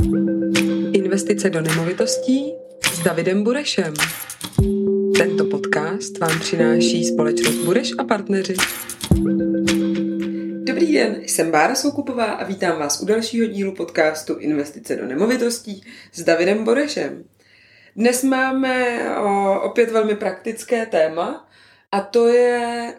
Investice do nemovitostí s Davidem Burešem. Tento podcast vám přináší společnost Bureš a partneři. Dobrý den, jsem Bára Soukupová a vítám vás u dalšího dílu podcastu Investice do nemovitostí s Davidem Burešem. Dnes máme opět velmi praktické téma a to je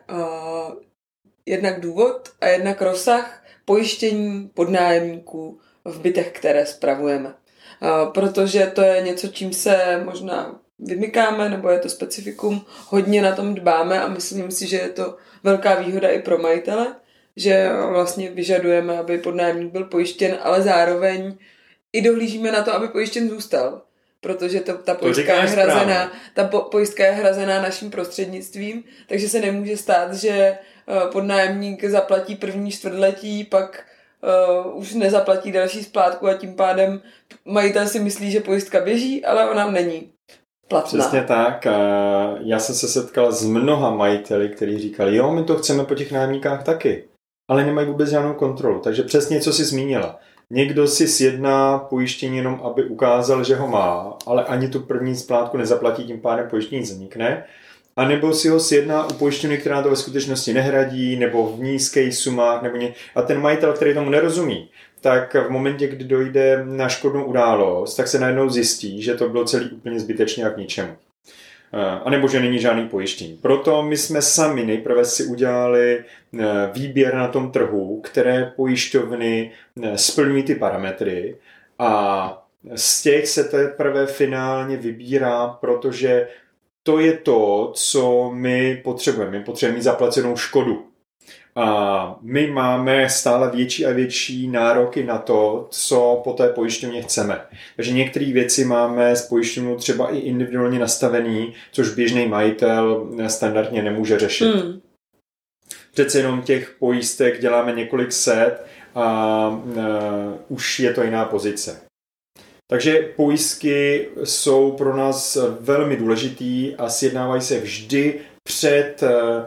jednak důvod a jednak rozsah pojištění podnájemníků v bytech, které spravujeme. Protože to je něco, čím se možná vymykáme, nebo je to specifikum, hodně na tom dbáme a myslím si, že je to velká výhoda i pro majitele, že vlastně vyžadujeme, aby podnájemník byl pojištěn, ale zároveň i dohlížíme na to, aby pojištěn zůstal. Protože ta pojistka je hrazená naším prostřednictvím, takže se nemůže stát, že podnájemník zaplatí první čtvrtletí, pak už nezaplatí další splátku a tím pádem majitel si myslí, že pojistka běží, ale ona není platná. Přesně tak. Já jsem se setkal s mnoha majiteli, kteří říkali, jo, my to chceme po těch nájemníkách taky, ale nemají vůbec žádnou kontrolu. Takže přesně, co jsi zmínila. Někdo si sjedná pojištění jenom, aby ukázal, že ho má, ale ani tu první splátku nezaplatí, tím pádem pojištění zanikne. A nebo si ho sjedná u pojišťovny, která to ve skutečnosti nehradí, nebo v nízkých sumách, a ten majitel, který tomu nerozumí, tak v momentě, kdy dojde na škodnou událost, tak se najednou zjistí, že to bylo celý úplně zbytečně a k ničemu. A nebo že není žádný pojištění. Proto my jsme sami nejprve si udělali výběr na tom trhu, které pojišťovny splňují ty parametry a z těch se teprve finálně vybírá, protože to je to, co my potřebujeme. My potřebujeme mít zaplacenou škodu. A my máme stále větší a větší nároky na to, co po té pojišťovně chceme. Takže některé věci máme s pojišťovnou třeba i individuálně nastavený, což běžný majitel standardně nemůže řešit. Přece jenom těch pojistek děláme několik set a už je to jiná pozice. Takže pojistky jsou pro nás velmi důležitý a sjednávají se vždy před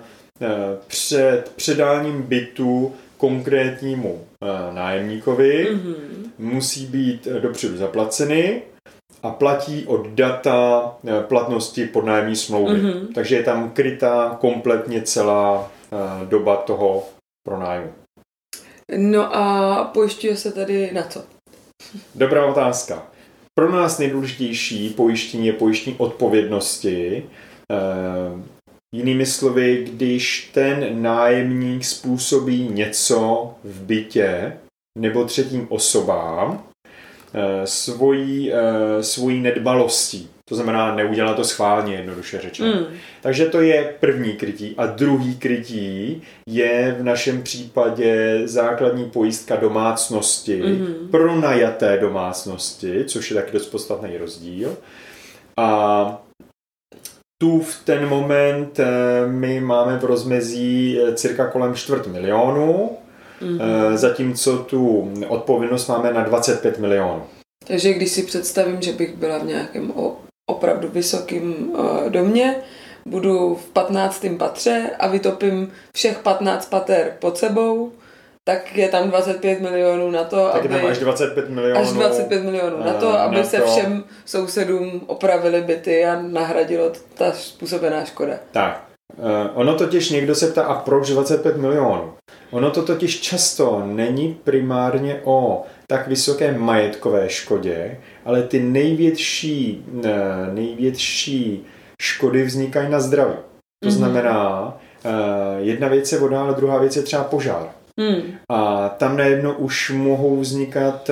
předáním bytu konkrétnímu nájemníkovi. Musí být dopředu zaplaceny a platí od data platnosti podnájemní smlouvy. Takže je tam krytá kompletně celá doba toho pronájmu. No a pojišťuje se tedy na co? Dobrá otázka. Pro nás nejdůležitější pojištění je pojištění odpovědnosti. Jinými slovy, když ten nájemník způsobí něco v bytě nebo třetím osobám svojí nedbalostí. To znamená, neudělá to schválně, jednoduše řečeno. Takže to je první krytí. A druhý krytí je v našem případě základní pojistka domácnosti, pronajaté domácnosti, což je taky dost podstatný rozdíl. A tu v ten moment my máme v rozmezí cirka kolem 250 000, zatímco tu odpovědnost máme na 25 milionů. Takže když si představím, že bych byla v nějakém opravdu vysokém domě, budu v 15. patře a vytopím všech 15 pater pod sebou, tak je tam 25 milionů na to, tak aby... až 25 milionů na to, aby se všem sousedům opravili byty a nahradilo ta způsobená škoda. Tak. Ono totiž někdo se ptá, a proč 25 milionů? Ono to totiž často není primárně o tak vysoké majetkové škodě, ale ty největší škody vznikají na zdraví. To znamená, jedna věc je voda, ale druhá věc je třeba požár. A tam najednou už mohou vznikat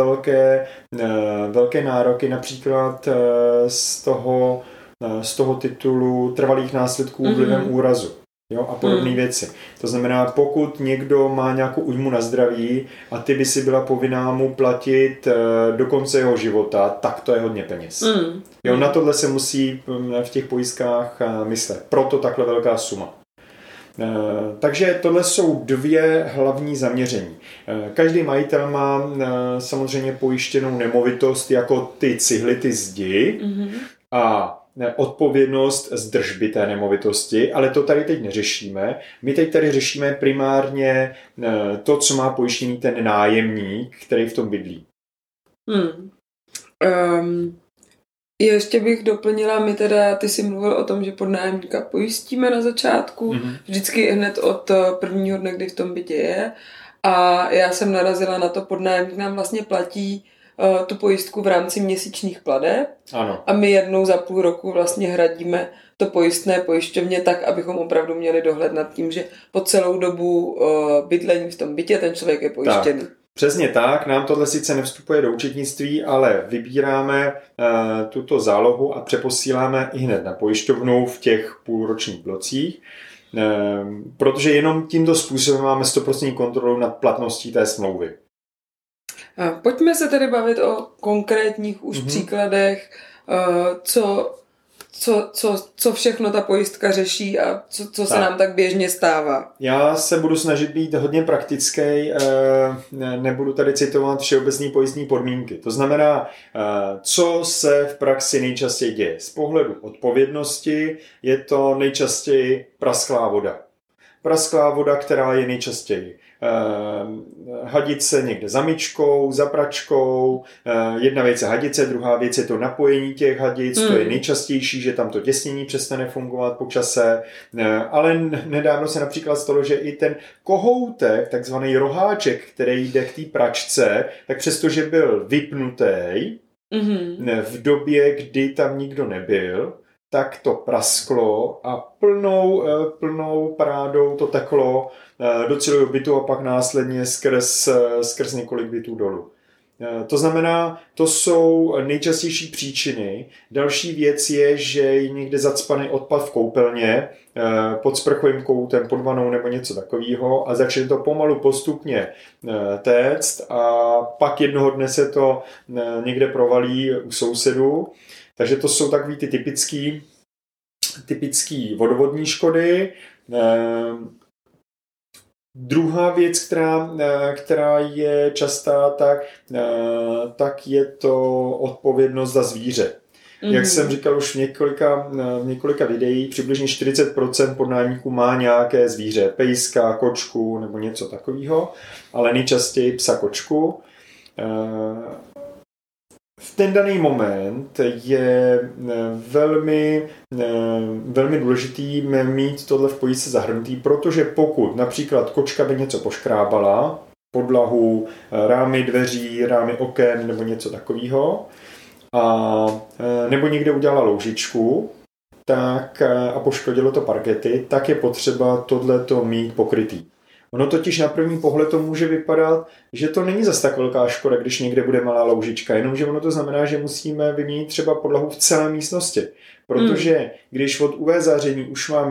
velké nároky, například z toho titulu trvalých následků vlivem úrazu. Jo, a podobné věci. To znamená, pokud někdo má nějakou újmu na zdraví a ty by si byla povinná mu platit do konce jeho života, tak to je hodně peněz. Jo, na tohle se musí v těch pojistkách myslet. Proto takhle velká suma. Takže tohle jsou dvě hlavní zaměření. Každý majitel má samozřejmě pojištěnou nemovitost jako ty cihly, ty zdi a odpovědnost z držby té nemovitosti, ale to tady teď neřešíme. My teď tady řešíme primárně to, co má pojištěný ten nájemník, který v tom bydlí. Ještě bych doplnila, ty jsi mluvil o tom, že podnájemníka pojistíme na začátku, vždycky hned od prvního dne, kdy v tom bytě je. A já jsem narazila na to, podnájemník nám vlastně platí tu pojistku v rámci měsíčních plateb. Ano. A my jednou za půl roku vlastně hradíme to pojistné pojišťovně tak, abychom opravdu měli dohled nad tím, že po celou dobu bydlení v tom bytě ten člověk je pojištěný. Tak. Přesně tak, nám tohle sice nevstupuje do účetnictví, ale vybíráme tuto zálohu a přeposíláme i hned na pojišťovnu v těch půlročních blocích, protože jenom tímto způsobem máme 100% kontrolu nad platností té smlouvy. Pojďme se tedy bavit o konkrétních už příkladech, co všechno ta pojistka řeší a co se nám tak běžně stává. Já se budu snažit být hodně praktický, nebudu tady citovat všeobecné pojistné podmínky. To znamená, co se v praxi nejčastěji děje. Z pohledu odpovědnosti je to nejčastěji prasklá voda. Prasklá voda, která je nejčastěji hadice někde za myčkou, za pračkou. Jedna věc je hadice, druhá věc je to napojení těch hadic, to je nejčastější, že tam to těsnění přestane fungovat po čase, ale nedávno se například stalo, že i ten kohoutek, takzvaný roháček, který jde k té pračce, tak přestože byl vypnutý v době, kdy tam nikdo nebyl, tak to prasklo a plnou parádou to teklo do celého bytu a pak následně skrz několik bytů dolů. To znamená, to jsou nejčastější příčiny. Další věc je, že je někde zacpaný odpad v koupelně, pod sprchovým koutem, pod vanou nebo něco takového a začne to pomalu postupně téct a pak jednoho dne se to někde provalí u sousedů. Takže to jsou takový ty typický vodovodní škody. Druhá věc, která je častá, tak je to odpovědnost za zvíře. Jak jsem říkal už v několika videích, přibližně 40% podnájemníků má nějaké zvíře, pejska, kočku nebo něco takového, ale nejčastěji psa, kočku. V ten daný moment je velmi důležitý mít tohle v pojistce zahrnutý, protože pokud například kočka by něco poškrábala, podlahu, rámy dveří, rámy oken nebo něco takového, nebo někde udělala loužičku a poškodilo to parkety, tak je potřeba tohleto mít pokrytý. Ono totiž na první pohled to může vypadat, že to není zas tak velká škoda, když někde bude malá loužička, jenomže ono to znamená, že musíme vyměnit třeba podlahu v celé místnosti. Protože když od UV záření už mám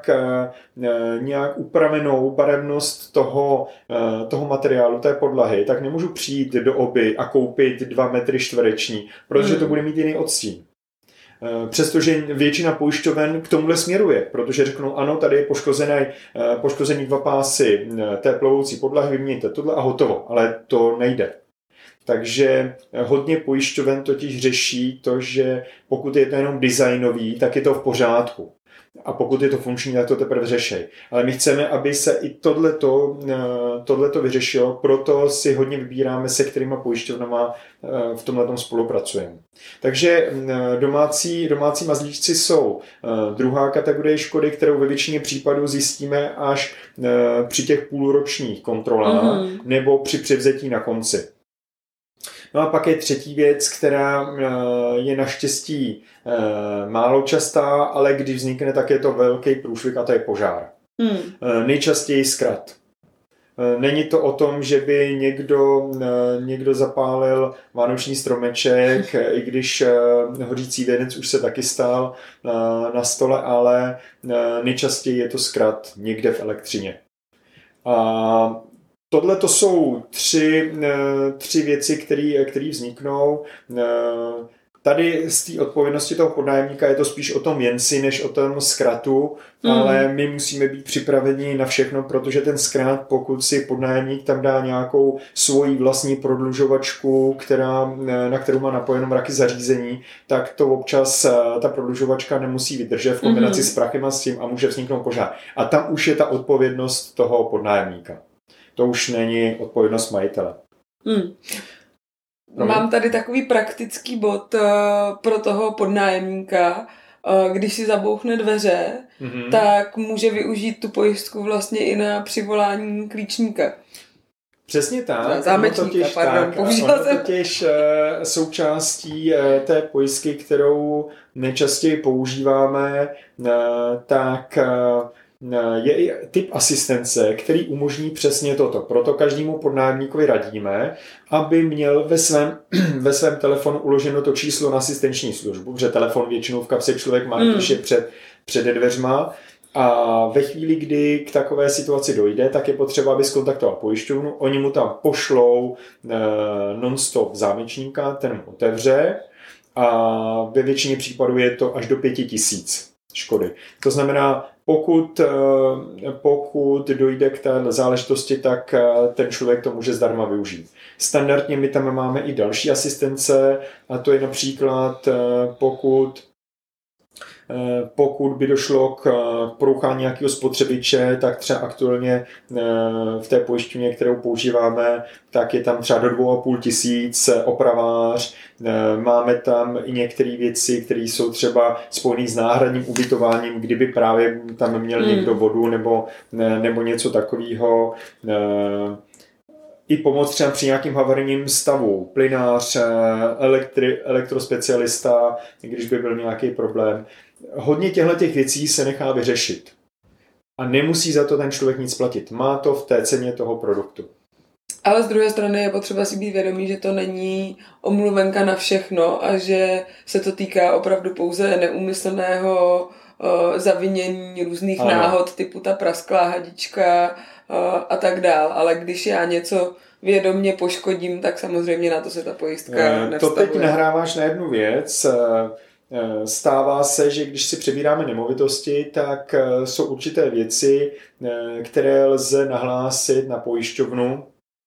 nějak upravenou barevnost toho materiálu, té podlahy, tak nemůžu přijít do oby a koupit 2 metry čtvereční, protože to bude mít jiný odstín. Přestože většina pojišťoven k tomuhle směruje, protože řeknou, ano, tady je poškozený 2 pásy té plovoucí podlahy, vyměňte tohle a hotovo, ale to nejde. Takže hodně pojišťoven totiž řeší to, že pokud je to jenom designový, tak je to v pořádku. A pokud je to funkční, tak to teprve řešej. Ale my chceme, aby se i tohleto vyřešilo, proto si hodně vybíráme, se kterýma pojišťovnama v tomhletom spolupracujeme. Takže domácí mazlíčci jsou druhá kategorie škody, kterou ve většině případů zjistíme až při těch půlročních kontrolách nebo při převzetí na konci. No a pak je třetí věc, která je naštěstí málo častá, ale když vznikne, tak je to velký průšvih a to je požár. Nejčastěji zkrat. Není to o tom, že by někdo zapálil vánoční stromeček, i když hořící věnec už se taky stál na stole, ale nejčastěji je to zkrat někde v elektřině. A tohle to jsou tři věci, které vzniknou. Tady z té odpovědnosti toho podnájemníka je to spíš o tom věnci, než o tom zkratu, ale my musíme být připraveni na všechno, protože ten zkrat, pokud si podnájemník tam dá nějakou svoji vlastní prodlužovačku, na kterou má napojeno mraky zařízení, tak to občas ta prodlužovačka nemusí vydržet v kombinaci s prachem a s tím a může vzniknout požár. A tam už je ta odpovědnost toho podnájemníka. To už není odpovědnost majitele. Mám tady takový praktický bod pro toho podnájemníka. Když si zabouchne dveře, tak může využít tu pojistku vlastně i na přivolání klíčníka. Přesně tak. Zámečníka, ono totiž součástí té pojistky, kterou nejčastěji používáme, tak je i typ asistence, který umožní přesně toto. Proto každému podnájemníkovi radíme, aby měl ve svém telefonu uloženo to číslo na asistenční službu, protože telefon většinou v kapse člověk má, když je před dveřma. A ve chvíli, kdy k takové situaci dojde, tak je potřeba, aby zkontaktoval pojišťovnu. Oni mu tam pošlou non-stop zámečníka, ten mu otevře a ve většině případů je to až do 5 000 škody. To znamená, pokud dojde k té záležitosti, tak ten člověk to může zdarma využít. Standardně my tam máme i další asistence, a to je například pokud by došlo k poruchání nějakého spotřebiče, tak třeba aktuálně v té pojišťovně, kterou používáme, tak je tam třeba do 2 500 opravář. Máme tam i některé věci, které jsou třeba spojené s náhradním ubytováním, kdyby právě tam měl někdo vodu nebo něco takového. I pomoc třeba při nějakým havarijním stavu, plynář, elektrospecialista, když by byl nějaký problém. Hodně těchto věcí se nechá vyřešit. A nemusí za to ten člověk nic platit. Má to v té ceně toho produktu. Ale z druhé strany je potřeba si být vědomý, že to není omluvenka na všechno a že se to týká opravdu pouze neúmyslného zavinění různých náhod, typu ta prasklá hadička a tak dál. Ale když já něco vědomě poškodím, tak samozřejmě na to se ta pojistka nevztahuje. To teď nahráváš na jednu věc. Stává se, že když si přebíráme nemovitosti, tak jsou určité věci, které lze nahlásit na pojišťovnu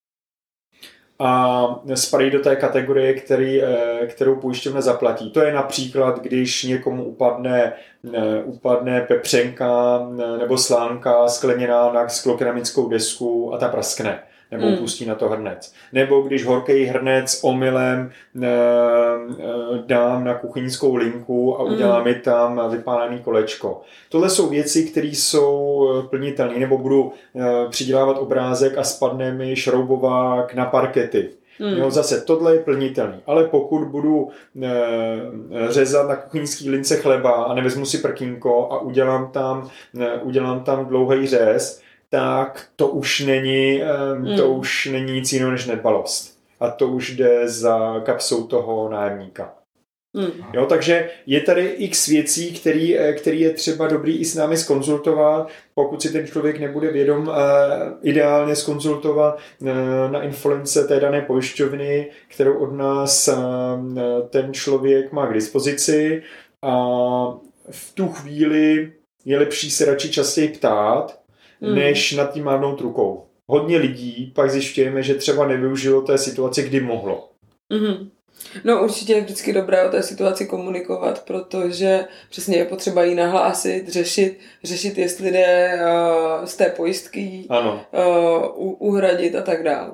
a spadají do té kategorie, kterou pojišťovna zaplatí. To je například, když někomu upadne pepřenka nebo slánka skleněná na sklokeramickou desku a ta praskne. Nebo pustí na to hrnec. Nebo když horký hrnec omylem dám na kuchyňskou linku a udělám mi tam vypálený kolečko. Tohle jsou věci, které jsou plnitelné. Nebo budu přidělávat obrázek a spadne mi šroubovák na parkety. Jo, zase tohle je plnitelný. Ale pokud budu řezat na kuchyňský lince chleba a nevezmu si prkínko a udělám tam dlouhý řez, tak to už není nic jiného než nedbalost. A to už jde za kapsou toho nájemníka. Jo, takže je tady x věcí, který je třeba dobrý i s námi zkonzultovat. Pokud si ten člověk nebude vědom, ideálně zkonzultovat na infolince té dané pojišťovny, kterou od nás ten člověk má k dispozici. A v tu chvíli je lepší se radši častěji ptát, než nad tím mávnout rukou. Hodně lidí pak zjišťujeme, že třeba nevyužilo té situace, kdy mohlo. No určitě je vždycky dobré o té situaci komunikovat, protože přesně je potřeba ji nahlásit, řešit jestli jde z té pojistky uhradit a tak dále.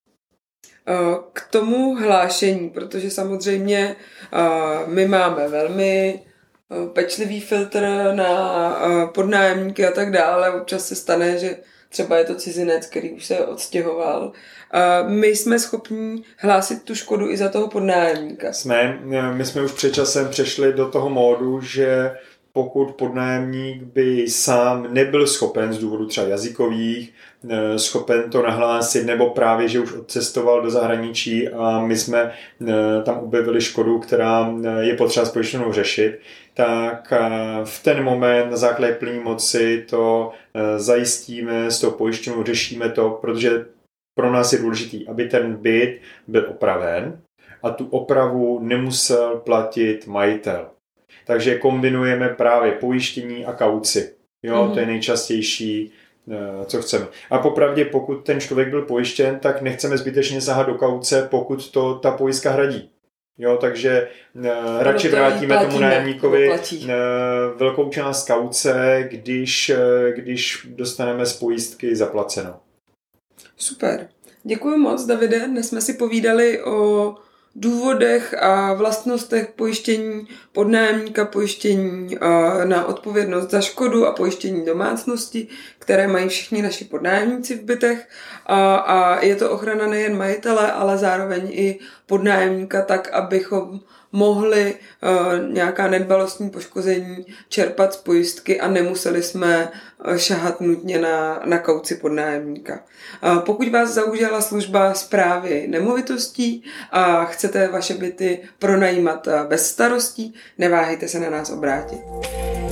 K tomu hlášení, protože samozřejmě my máme velmi pečlivý filtr na podnájemníky a tak dále. Občas se stane, že třeba je to cizinec, který už se odstěhoval. My jsme schopni hlásit tu škodu i za toho podnájemníka. My jsme už před časem přešli do toho módu, že pokud podnájemník by sám nebyl schopen z důvodu třeba jazykových, schopen to nahlásit, nebo právě, že už odcestoval do zahraničí a my jsme tam objevili škodu, která je potřeba s pojišťovnou řešit, tak v ten moment na základě plné moci to zajistíme s tou pojišťovnou, řešíme to, protože pro nás je důležitý, aby ten byt byl opraven a tu opravu nemusel platit majitel. Takže kombinujeme právě pojištění a kauci. Jo, to je nejčastější, co chceme. A popravdě, pokud ten člověk byl pojištěn, tak nechceme zbytečně sahat do kauce, pokud to ta pojistka hradí. Jo, takže radši vrátíme tomu nájemníkovi velkou část kauce, když dostaneme z pojistky zaplaceno. Super. Děkuji moc, Davide. Dnes jsme si povídali o důvodech a vlastnostech pojištění podnájemníka, pojištění na odpovědnost za škodu a pojištění domácnosti, které mají všichni naši podnájemníci v bytech. A je to ochrana nejen majitele, ale zároveň i podnájemníka tak, abychom mohli nějaká nedbalostní poškození čerpat z pojistky a nemuseli jsme šahat nutně na kauci podnájemníka. Pokud vás zaujala služba správy nemovitostí a chcete vaše byty pronajímat bez starostí, neváhejte se na nás obrátit.